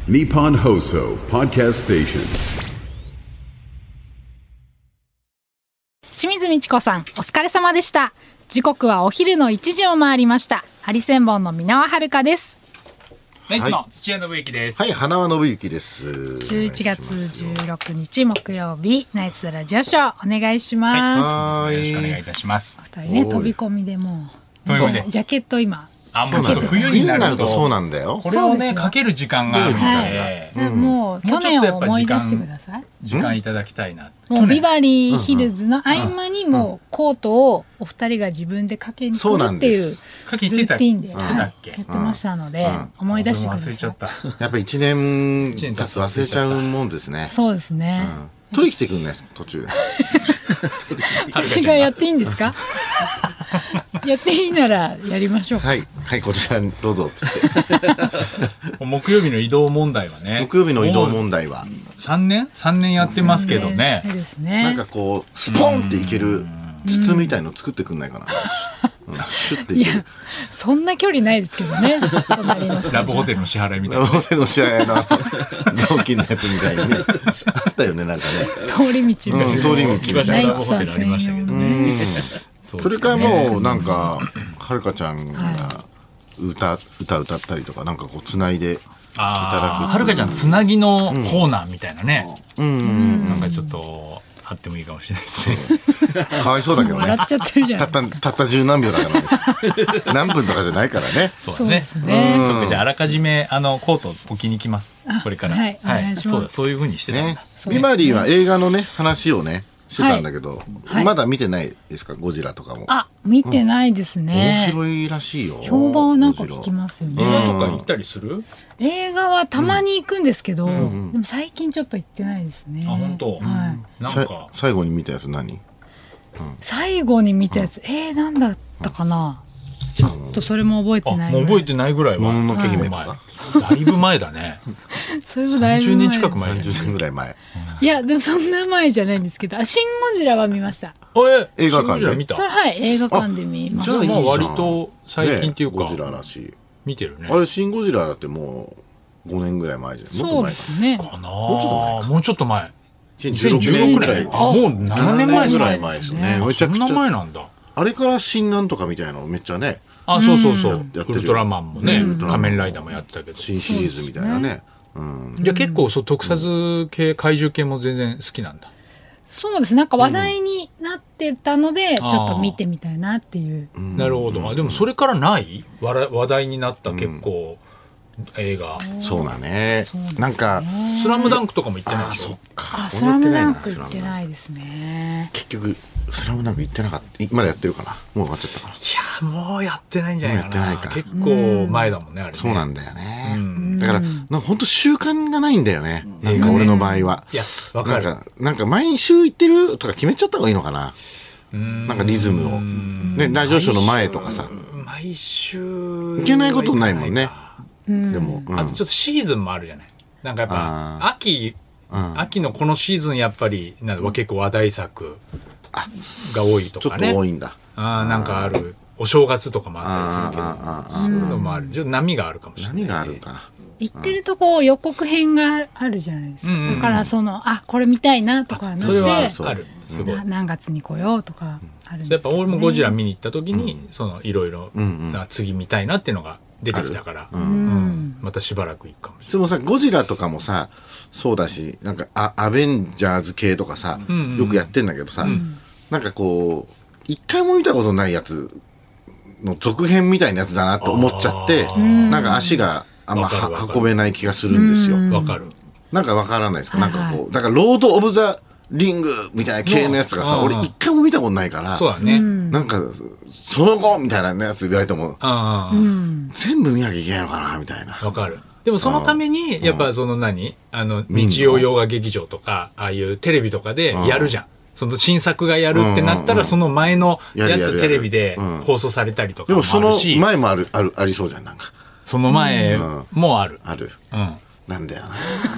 Nippon Hoso Podcast Station。 清水美智子さん、お疲れ様でした。時刻はお昼の1時を回りました。ハリセンボンの箕輪遥です。 ナイツの土屋信之です。 はい、花輪信之です。 11月16日木曜日、ナイツラジオショーお願いします。 よろしくお願いいたします。 お二人ね、飛び込みでもう飛び込みでジャケット今もうちょっと冬になるとそうなんだよ。 これをねかける時間があるので、 もう去年を思い出してください。 時間いただきたいな。 もうビバリーヒルズの合間にもうコートをお二人が自分でかけに来るっていうルーティンでやってましたので、思い出してください。 忘れちゃった。 やっぱ1年経つ忘れちゃうもんですね。 そうですね。 取り来てくんない途中。 私がやっていいんですか？やっていいならやりましょう。 はいはいこちらにどうぞっつって。 木曜日の移動問題はね。 木曜日の移動問題は 3年やってますけどね。 なんかこうスポンっていける筒みたいの作ってくんないかな。シュッていける。 そんな距離ないですけどね。隣のラブホテルの支払いみたいな。 ラブホテルの支払いの料金のやつみたいにね。あったよねなんかね。 通り道みたいな。 通り道みたいな。 ラブホテルありましたけどね。 それからもうなんかはるかちゃんが歌ったりとかなんかこうつないでいただく。 はるかちゃんつなぎのコーナーみたいなね。なんかちょっとあってもいいかもしれないですね。 かわいそうだけどね。 笑っちゃってるじゃん。 たった十何秒だからね。何分とかじゃないからね。 そうですね。そうかじゃああらかじめコート置きに来ます。これから。 はい。 そういう風にしてね。 ビバリーは映画のね話をね。してたんだけど、まだ見てないですかゴジラとかも。 あ、見てないですね。 面白いらしいよ。 評判はなんか聞きますよね。 映画とか行ったりする？ 映画はたまに行くんですけど、でも最近ちょっと行ってないですね。 あ、本当。なんか最後に見たやつ何？ 最後に見たやつ、なんだったかな。ちょっとそれも覚えてない。 もう覚えてないぐらいは。 もののけ姫とか。 だいぶ前だね。 それもだいぶ 30年近く前。 30年ぐらい前。 いやでもそんな前じゃないんですけど、シン・ゴジラは見ました。 映画館で見た。 それはい映画館で見ました。 まあ割と最近っていうか。 ゴジラらしい。 見てるね。 あれシン・ゴジラだってもう5年ぐらい前じゃん。もっと前か。 そうですね。 かな。もうちょっと前。 2016年ぐらい。 もう7年前ぐらい前ですよね。めちゃくちゃ。 そんな前なんだ。あれから新なんとかみたいなのめっちゃね。 そう。ウルトラマンもね、仮面ライダーもやってたけど。 新シリーズみたいなね。 じゃあ結構特撮系、怪獣系も全然好きなんだ。 そうです。なんか話題になってたので、ちょっと見てみたいなっていう。 なるほど。でもそれからない話題になった結構映画。 そうだね。なんかスラムダンクとかも行ってないでしょ。 そっか。 スラムダンク行ってないですね。 結局スラムダンク行ってなかった。まだやってるかな。もう終わっちゃったから。 いやもうやってないんじゃないかな。 やってないか。 結構前だもんねあれね。 そうなんだよね。だからなんか本当習慣がないんだよね。なんか俺の場合は。 いやわかる。 なんか毎週行ってるとか決めちゃった方がいいのかな。なんかリズムを。ねラジオショーの前とかさ。 毎週行けないことないもんね。でもあとちょっとシーズンもあるじゃない。なんかやっぱ秋のこのシーズンやっぱり結構話題作が多いとかね。 ちょっと多いんだ。 なんかあるお正月とかもあったりするけど、そういうのもある。ちょっと波があるかもしれない。 波があるか。 行ってるとこ予告編があるじゃないですか。だからこれ見たいなとかなって、 それはある。すごい。 何月に来ようとかあるんですけどね。 やっぱ俺もゴジラ見に行った時にいろいろ次見たいなっていうのが出てきたから、またしばらく行くかもしれない。 でもさゴジラとかもさそうだしなんかアベンジャーズ系とかさよくやってんだけどさ、なんかこう一回も見たことないやつの続編みたいなやつだなと思っちゃって、なんか足があんま運べない気がするんですよ。 わかる。 なんかわからないですか。なんかこうだからロードオブザリングみたいな系のやつがさ俺一回も見たことないから、 そうだね。 なんかその後みたいなやつ言われても全部見なきゃいけないのかなみたいな。 わかる。でもそのためにやっぱ日曜洋画劇場とかああいうテレビとかでやるじゃん。その新作がやるってなったらその前のやつテレビで放送されたりとかもあるし。 でもその前もありそうじゃんなんか。 その前もある。 ある。なんだよな。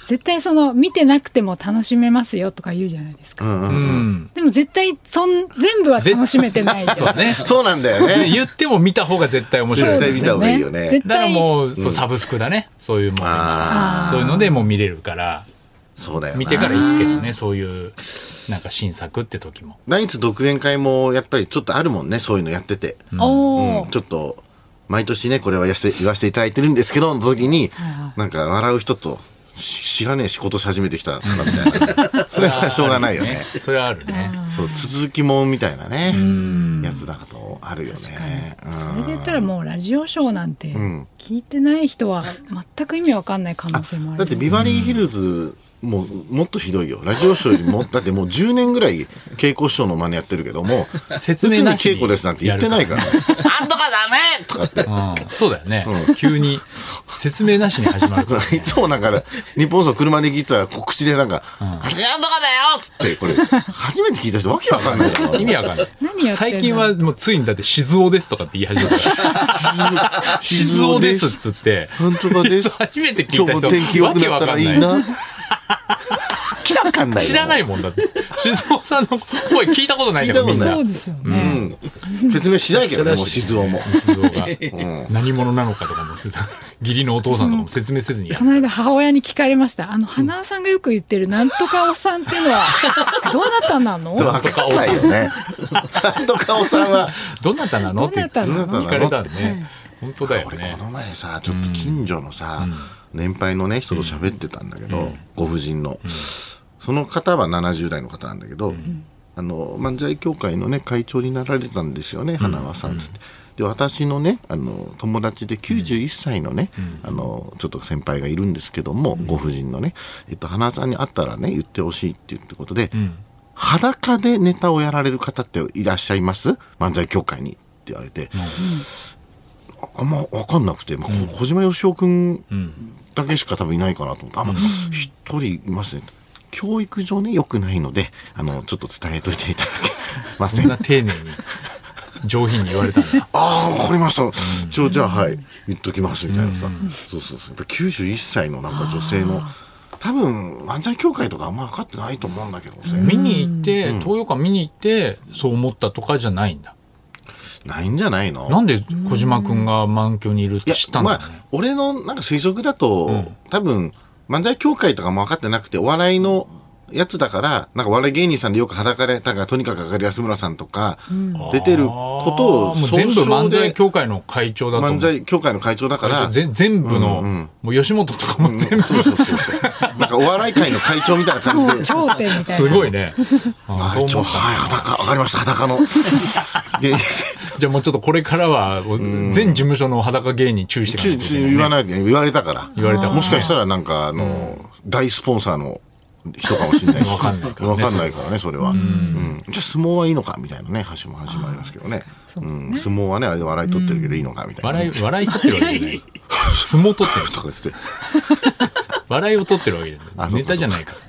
絶対その見てなくても楽しめますよとか言うじゃないですか、でも絶対全部は楽しめてないそうね、 そうなんだよね。 言っても見た方が絶対面白い。 絶対見た方がいいよね。 絶対だからもう、サブスクだね、そういうもの、そういうのでもう見れるから。 そうだよな。 見てから行くけどね、そういうなんか新作って時も。 ナイツ独演会もやっぱりちょっとあるもんね、そういうのやってて、ちょっと毎年ねこれは言わせていただいてるんですけどの時に、なんか笑う人と知らねえ仕事し始めてきたみたいなそれはしょうがないよね。 それはあるね。 そう続きもんみたいなねやつだとあるよね。 それで言ったらもうラジオショーなんて聞いてない人は全く意味わかんない可能性もある。 だってビバリーヒルズもっとひどいよ。ラジオショーよりもだってもう10年ぐらい稽古師匠の真似やってるけども説明なしに稽古ですなんて言ってないから、なんとかダメとかって、 そうだよね、急に説明なしに始まるから、 いつもなんか日本放送車で聞いてたら告知でなんかなんとかだよっつってこれ初めて聞いた人わけわかんないから意味わかんない。 何やってんの。 最近はもうついにだって静雄ですとかって言い始めた静雄ですっつってなんとかです初めて聞いた人天気良くなったらいいなわかんない。 知らないもんだって。静雄さんの声聞いたことないからみんな。 そうですよね。 説明しないけどね、もう静雄も。 静雄が何者なのかとかも義理のお父さんとかも説明せずに。 この間母親に聞かれました。花輪さんがよく言ってるなんとかおさんっていうのはどなたなの？ わかんないよね。なんとかおさんはどなたなのって聞かれたんね。本当だよね。 俺この前さちょっと近所のさ年配のね人と喋ってたんだけど、ご婦人の。その方は70代の方なんだけど、漫才協会のね会長になられたんですよね、花輪さんって。で私のね友達で91歳のね、ちょっと先輩がいるんですけども、ご婦人のね、花輪さんに会ったらね言ってほしいって言ってことで、裸でネタをやられる方っていらっしゃいます漫才協会にって言われて、あんま分かんなくて、小島よしおくんだけしか多分いないかなと思って、一人いますね。教育上ね良くないのでちょっと伝えといていただけません。 そんな丁寧に上品に言われたんだ。 ああ分かりました、じゃあはい言っときますみたいなさ、そうやっぱ91歳のなんか女性の多分漫才協会とかあんま分かってないと思うんだけどね。 見に行って東洋館見に行ってそう思ったとかじゃないんだ。 ないんじゃないの。 なんで小島くんが満響にいるって知ったんだろうね。 俺のなんか推測だと、多分漫才協会とかも分かってなくてお笑いのやつだからなんか笑い芸人さんでよく裸でなんかとにかく上がり安村さんとか出てることをもう全部漫才協会の会長だと思う。 漫才協会の会長だから全部の、もう吉本とかも全部、 なんかお笑い界の会長みたいな感じで頂点みたいな。 すごいね。 はい裸上がりました裸のじゃあもうちょっとこれからは全事務所の裸芸人注意してください、 言わないで言われたから言われた。 もしかしたらなんか大スポンサーの人かもしれないし分かんないからねそれは。じゃあ相撲はいいのかみたいなね話も始まりますけどね。相撲はねあれで笑い取ってるけどいいのかみたいな。 笑い取ってるわけじゃない。相撲取ってるとかつって笑いを取ってるわけじゃない。ネタじゃないから。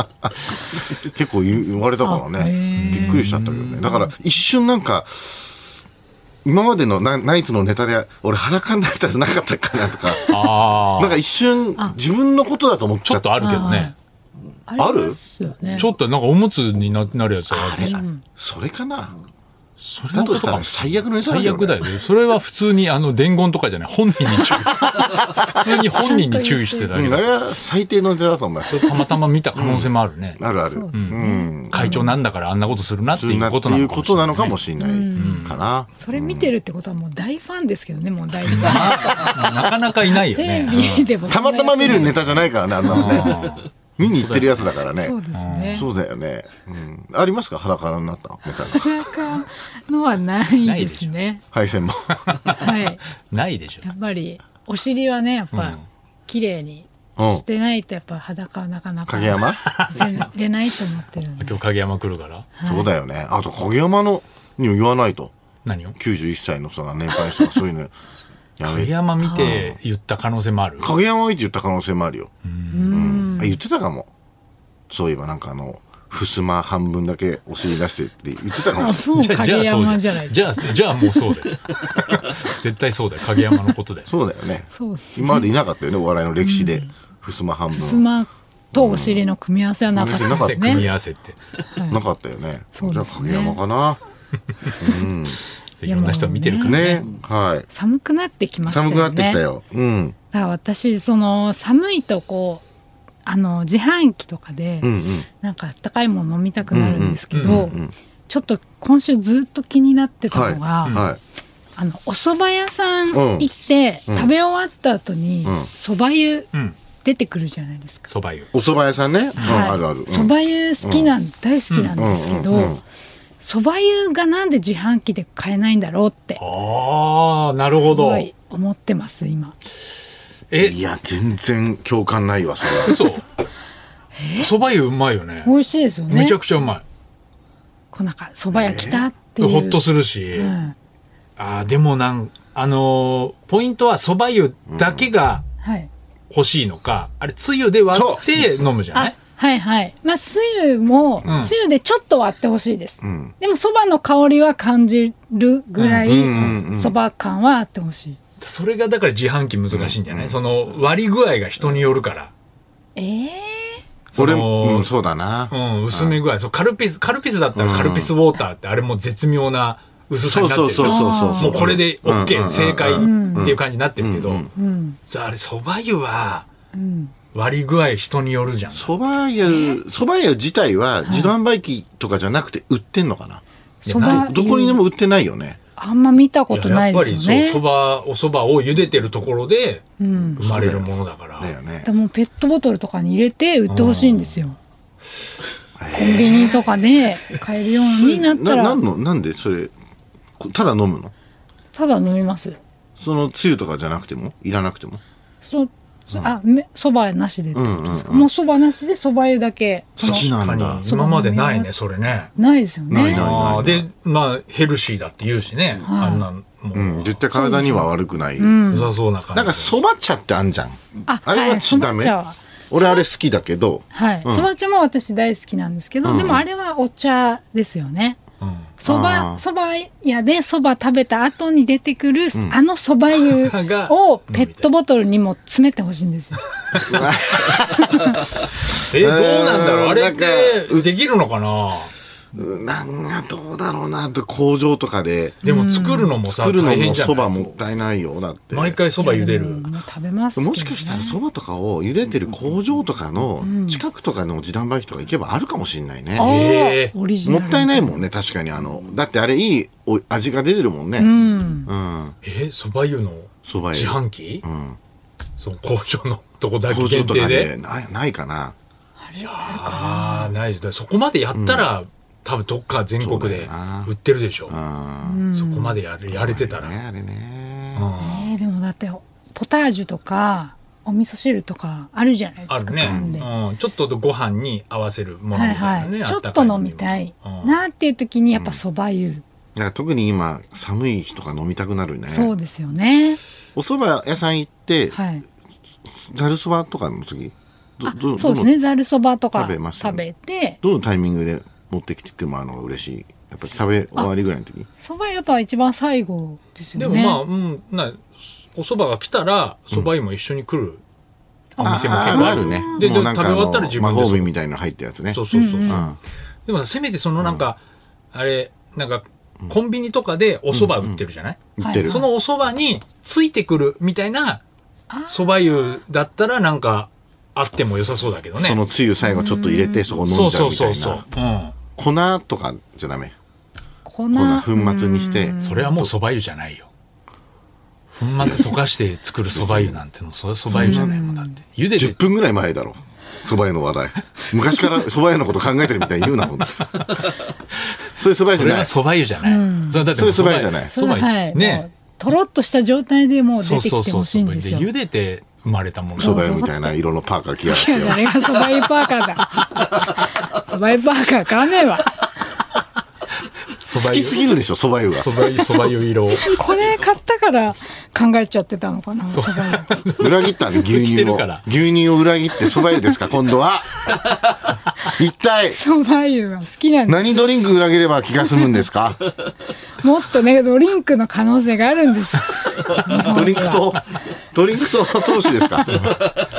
結構言われたからねびっくりしちゃったけどね。だから一瞬なんか今までのナイツのネタで俺裸になったやつなかったかなとかなんか一瞬自分のことだと思っちゃった。 ちょっとあるけどね。 ある？ちょっとなんかおむつになるやつあるじゃん。 それかな。だとしたら最悪のネタ最悪だよね。それは普通に伝言とかじゃない。本人に注意。普通に本人に注意してただけだ。 あれは最低のネタだと思います。 それたまたま見た可能性もあるね。 あるある。 会長なんだからあんなことするなっていうことなのかもしれないかな。 それ見てるってことはもう大ファンですけどね。もう大ファン。 なかなかいないよね。 テレビでもたまたま見るネタじゃないからねあんなのね。見に行ってるやつだからね。 そうですね。 そうだよね。ありますか裸になったネタ。 裸のはないですね。 配線も。 はい。 ないでしょ。 やっぱりお尻はねやっぱ綺麗にしてないとやっぱ裸はなかなか影山出ないと思ってるんで。 今日影山来るから。 そうだよね。あと影山のに言わないと。 何を ？91歳のその年配の人がそういうの。 影山見て言った可能性もある。 影山見て言った可能性もあるよ。言ってたかも。そういえばなんか襖半分だけお尻出してって言ってたかも。 影山じゃないですか。 じゃあもうそうだよ。絶対そうだよ。影山のことで。 そうだよね。今までいなかったよねお笑いの歴史で。 襖半分。 襖とお尻の組み合わせはなかったですね。 組み合わせって。 なかったよね。 そうですね。 じゃあ影山かな。 いろんな人見てるからね。 はい。 寒くなってきましたよね。 寒くなってきたよ。 だから私寒いと自販機とかでなんかあったかいもの飲みたくなるんですけど、ちょっと今週ずっと気になってたのが、お蕎麦屋さん行って食べ終わった後に蕎麦湯出てくるじゃないですか。 蕎麦湯。 お蕎麦屋さんね。あるある。 蕎麦湯大好きなんですけど、蕎麦湯がなんで自販機で買えないんだろうって。 ああ、なるほど。 すごい思ってます今。 いや全然共感ないわそれ。 嘘。蕎麦湯うまいよね。 美味しいですよね。 めちゃくちゃうまい。 なんか蕎麦屋来たっていう。 ほっとするし。でもポイントは蕎麦湯だけが欲しいのか、あれつゆで割って飲むじゃない。 はいはい。まあつゆも、つゆでちょっと割ってほしいです。でも蕎麦の香りは感じるぐらい蕎麦感はあってほしい。 それがだから自販機難しいんじゃない？その割り具合が人によるから。 俺もそうだな。 薄め具合。カルピスだったらカルピスウォーターってあれも絶妙な薄さになってる。もうこれで OK 正解っていう感じになってるけど、あれ蕎麦湯は割り具合人によるじゃん。 蕎麦湯自体は自動販売機とかじゃなくて売ってんのかな。どこにでも売ってないよね。 あんま見たことないですよね。 やっぱりお蕎麦を茹でてるところで生まれるものだから。 でもペットボトルとかに入れて売ってほしいんですよ。コンビニとかで買えるようになったら。 なんでそれただ飲むの？ ただ飲みます。 そのつゆとかじゃなくてもいらなくても？ 蕎麦なしでってことですか？もう蕎麦なしで蕎麦湯だけ。 確かに今までないねそれね。 ないですよね。 でヘルシーだって言うしね。あんなも絶対体には悪くない。 良さそうな感じ。 なんか蕎麦茶ってあんじゃん。あれはダメ？俺あれ好きだけど。 蕎麦茶も私大好きなんですけど、でもあれはお茶ですよね。蕎麦屋で蕎麦食べた後に出てくる蕎麦湯をペットボトルにも詰めてほしいんですよ。 どうなんだろう、あれってできるのかな。 なんかどうだろうなと、工場とかで。 でも作るのもさ、大変じゃない。 蕎麦もったいないよだって。 毎回蕎麦茹でる。 食べます。 もしかしたら蕎麦とかを茹でてる工場とかの近くとかの自動販売機とか行けばあるかもしれないね。もったいないもんね、確かにだってあれいい味が出てるもんね。 蕎麦湯の自販機？その工場のとこだけ限定で。 ないかな。 いやない。そこまでやったら。多分どっか全国で売ってるでしょ。そこまでやれてたら。 でもだってポタージュとかお味噌汁とかあるじゃないですか。 あるね。ちょっとご飯に合わせるものみたいなね。 ちょっと飲みたいなっていう時にやっぱ蕎麦湯。 特に今寒い日とか飲みたくなるね。 そうですよね。 お蕎麦屋さん行ってざるそばとかの次。 そうですね。ざるそばとか食べて。 どのタイミングで持ってきてもらうのが嬉しい。やっぱり食べ終わりぐらいの時。 蕎麦やっぱ一番最後ですよね。 でもお蕎麦が来たら蕎麦湯も一緒に来るお店も結構あるね。で食べ終わったら自分で。 魔法瓶みたいなの入ったやつね。 そう。でもせめてあれコンビニとかでお蕎麦売ってるじゃない？ 売ってる。 そのお蕎麦についてくるみたいな蕎麦湯だったらなんかあっても良さそうだけどね。 そのつゆ最後ちょっと入れてそこ飲んじゃうみたいな。粉とかじゃダメ。粉末にして。 それはもう蕎麦湯じゃないよ。粉末溶かして作る蕎麦湯なんてのそれ蕎麦湯じゃないもんだって。茹でて 10分ぐらい前だろ。蕎麦湯の話題。昔から蕎麦湯のこと考えてるみたいに言うなもん。そういう蕎麦湯じゃない。それは蕎麦湯じゃない。 そういう蕎麦湯じゃない。 蕎麦湯ね。とろっとした状態でもう出てきてほしいんですよ。 茹でて生まれたもの。 蕎麦湯みたいな色のパーカー着やがって。 誰が蕎麦湯パーカーだ。蕎麦湯パーカー買わねえわ。 好きすぎるでしょ、蕎麦湯が。 蕎麦湯色。 これ買ったから考えちゃってたのかな。 裏切ったね、牛乳を。牛乳を裏切って蕎麦湯ですか、今度は。一体。 蕎麦湯は好きなんです。 何ドリンク裏切れば気が済むんですか。 もっとね、ドリンクの可能性があるんです。 ドリンクと投手ですか。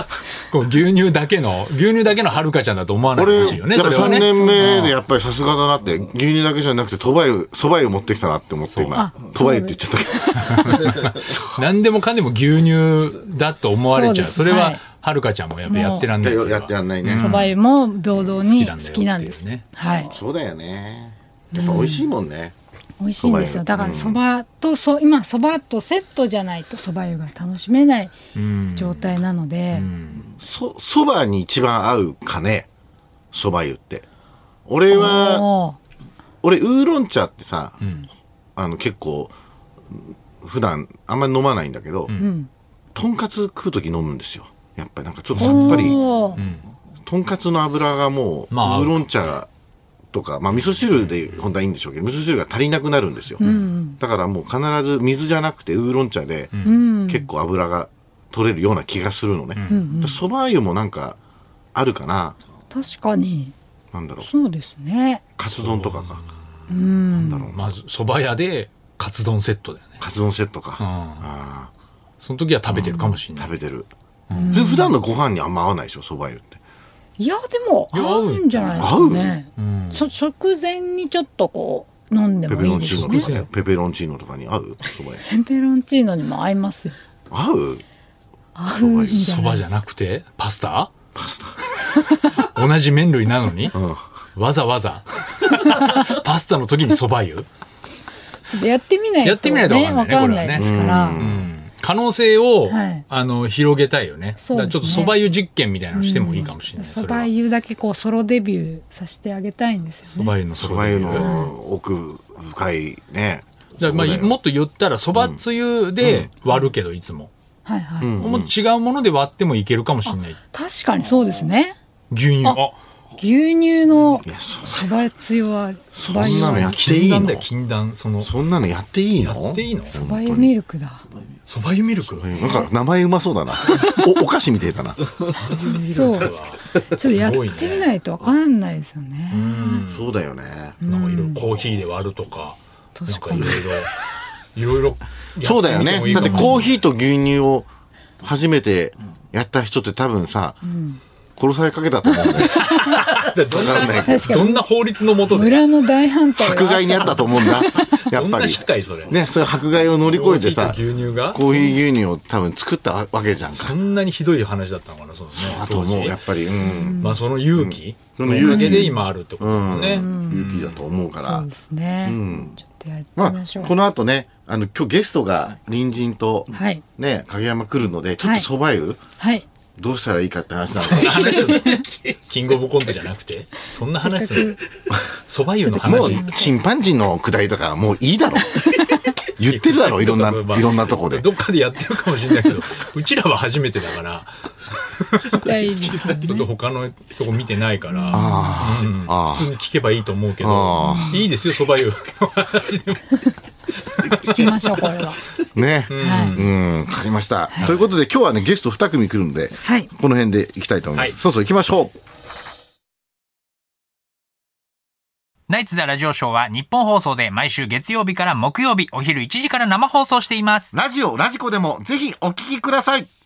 こう牛乳だけのはるかちゃんだと思わないでほしいよね。 やっぱ3 それはね。 年目でやっぱりさすがだなって、牛乳だけじゃなくて蕎麦湯持ってきたなって思って今、蕎麦湯って言っちゃったけど。 何でもかんでも牛乳だと思われちゃう。それは、 そうですはるかちゃんもやっぱやってらんないですよ。 やってらんないね。 蕎麦湯も平等に好きなんです。 好きなんだよっていうねはい。 そうだよね。やっぱ美味しいもんね。 美味しいんですよ。だから蕎麦と今蕎麦とセットじゃないと蕎麦湯が楽しめない状態なので、 蕎麦に一番合うかね、蕎麦湯って。俺ウーロン茶ってさ、結構普段あんまり飲まないんだけど、とんかつ食う時飲むんですよ。やっぱりなんかちょっとさっぱり、とんかつの油がもう、ウーロン茶とか、味噌汁で本当はいいんでしょうけど、味噌汁が足りなくなるんですよ。だからもう必ず水じゃなくてウーロン茶で、結構油が取れるような気がするのね。蕎麦湯もなんかあるかな。 確かに。 なんだろう。 そうですね。 カツ丼とかか。 なんだろう。まず蕎麦屋でカツ丼セットだよね。 カツ丼セットか。 その時は食べてるかもしれない。 食べてる。普段のご飯にあんま合わないでしょ、蕎麦湯って。 いやでも合うんじゃないですかね。食前にちょっとこう飲んでもいいですね。 ペペロンチーノとかに合う？蕎麦湯。 ペペロンチーノにも合いますよ。 合う？ 合うんじゃ蕎麦じゃないですか。 なくてパスタ同じ麺類なのに、わざわざパスタの時に蕎麦湯。 ちょっとやってみないとねわかんないですから。 可能性を、広げたいよね。 そうですね。 だからちょっと蕎麦湯実験みたいなのしてもいいかもしれない。 蕎麦湯だけこうソロデビューさせてあげたいんですよね。 蕎麦湯の奥深いね。 もっと言ったら蕎麦つゆで割るけどいつも。もっと違うもので割ってもいけるかもしれない。 確かにそうですね。 牛乳。 牛乳の蕎麦つゆはそんなのやっていいの？ 禁断そんなのやっていいの？ やっていいの？ 蕎麦湯ミルクだ。 蕎麦湯ミルク？ なんか名前うまそうだな。お菓子みてえだな。 そう。ちょっとやってみないとわかんないですよね。 そうだよね。 なんかいろいろコーヒーで割るとか、なんかいろいろ。 そうだよね。だってコーヒーと牛乳を初めてやった人って多分さ、殺されかけたと思うんだよ。 どんな法律のもとで村の大反対迫害にあったと思うんだ。やっぱり社会それね、それ迫害を乗り越えてさ、 コーヒーと牛乳がコーヒー牛乳を多分作ったわけじゃんか。 そんなにひどい話だったのかな、そのね。 あともうやっぱり、 まあその勇気のおかげで今あるってことだね。 勇気だと思うから。 そうですね。ちょっとやってみましょう。 この後ね、今日ゲストが隣人とね、影山来るので、ちょっと蕎麦湯。どうしたらいいかって話なんですキングオブコントじゃなくてそんな話する蕎麦湯の話。 もうチンパンジーのくだりとかもういいだろ。言ってるだろ、いろんなとこで。 どっかでやってるかもしれないけど、うちらは初めてだからちょっと他のとこ見てないから、普通に聞けばいいと思うけど、いいですよ、蕎麦湯の話でも。 聞きましょう、これは。 ね。わかりました。ということで、今日はね、ゲスト2組来るんで、この辺で行きたいと思います。そうそう、行きましょう。 ナイツザラジオショーは日本放送で毎週月曜日から木曜日お昼1時から生放送しています。 ラジコでもぜひお聞きください。